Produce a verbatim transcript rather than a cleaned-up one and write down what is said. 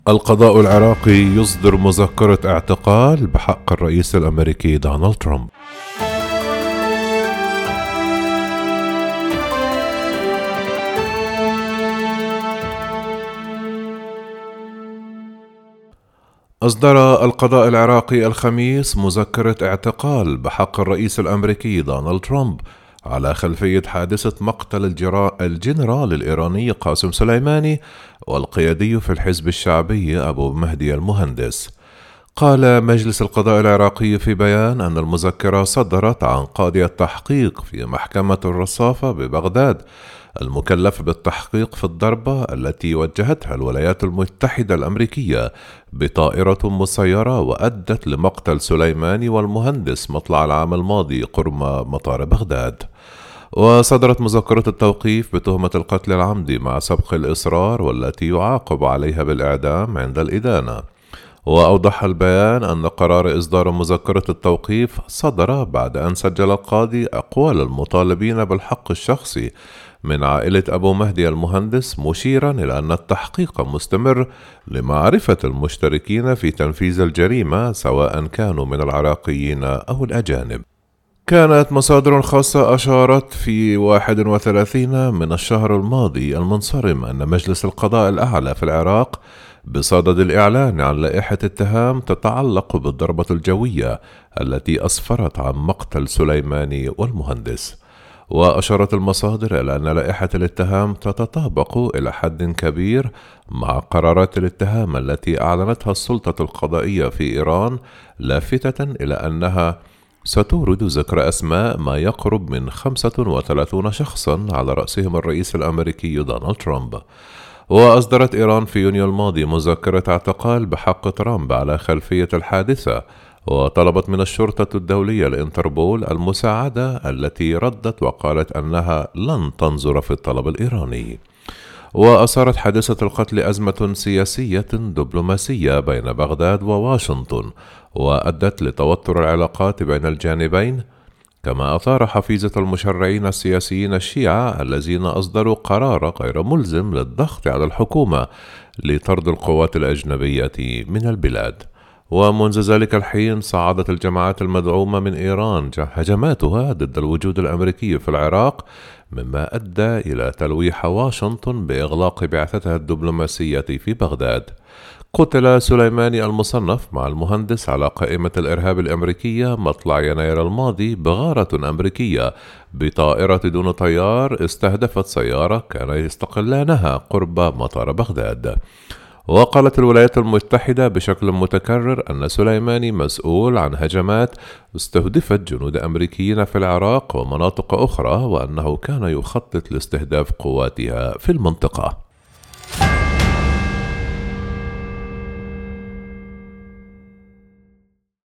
القضاء العراقي يصدر مذكرة اعتقال بحق الرئيس الأمريكي دونالد ترامب. أصدر القضاء العراقي الخميس مذكرة اعتقال بحق الرئيس الأمريكي دونالد ترامب على خلفية حادثة مقتل الجنرال الإيراني قاسم سليماني والقيادي في الحزب الشعبي أبو مهدي المهندس. قال مجلس القضاء العراقي في بيان أن المذكرة صدرت عن قاضي التحقيق في محكمة الرصافة ببغداد المكلف بالتحقيق في الضربة التي وجهتها الولايات المتحدة الأمريكية بطائرة مسيرة وأدت لمقتل سليماني والمهندس مطلع العام الماضي قرب مطار بغداد. وصدرت مذكرة التوقيف بتهمة القتل العمدي مع سبق الإصرار والتي يعاقب عليها بالإعدام عند الإدانة. وأوضح البيان أن قرار إصدار مذكرة التوقيف صدر بعد أن سجل القاضي أقوال المطالبين بالحق الشخصي من عائلة أبو مهدي المهندس، مشيرا إلى أن التحقيق مستمر لمعرفة المشتركين في تنفيذ الجريمة سواء كانوا من العراقيين أو الأجانب. كانت مصادر خاصة أشارت في واحد وثلاثين من الشهر الماضي المنصرم أن مجلس القضاء الأعلى في العراق بصدد الإعلان عن لائحة اتهام تتعلق بالضربة الجوية التي أسفرت عن مقتل سليماني والمهندس. وأشارت المصادر إلى أن لائحة الاتهام تتطابق إلى حد كبير مع قرارات الاتهام التي أعلنتها السلطة القضائية في إيران، لافتة إلى أنها ستورد ذكر أسماء ما يقرب من خمسة وثلاثين شخصا على رأسهم الرئيس الأمريكي دونالد ترامب. وأصدرت إيران في يونيو الماضي مذكرة اعتقال بحق ترامب على خلفية الحادثة، وطلبت من الشرطة الدولية الانتربول المساعدة التي ردت وقالت أنها لن تنظر في الطلب الإيراني. وأثارت حادثة القتل أزمة سياسية دبلوماسية بين بغداد وواشنطن، وأدت لتوتر العلاقات بين الجانبين، كما أثار حفيظة المشرعين السياسيين الشيعة الذين أصدروا قرار غير ملزم للضغط على الحكومة لطرد القوات الأجنبية من البلاد. ومنذ ذلك الحين صعدت الجماعات المدعومة من إيران هجماتها ضد الوجود الأمريكي في العراق، مما أدى إلى تلويح واشنطن بإغلاق بعثتها الدبلوماسية في بغداد. قتل سليماني المصنف مع المهندس على قائمة الإرهاب الأمريكية مطلع يناير الماضي بغارة أمريكية بطائرة دون طيار استهدفت سيارة كان يستقلانها قرب مطار بغداد. وقالت الولايات المتحدة بشكل متكرر أن سليماني مسؤول عن هجمات استهدفت جنود أمريكيين في العراق ومناطق أخرى، وأنه كان يخطط لاستهداف قواتها في المنطقة.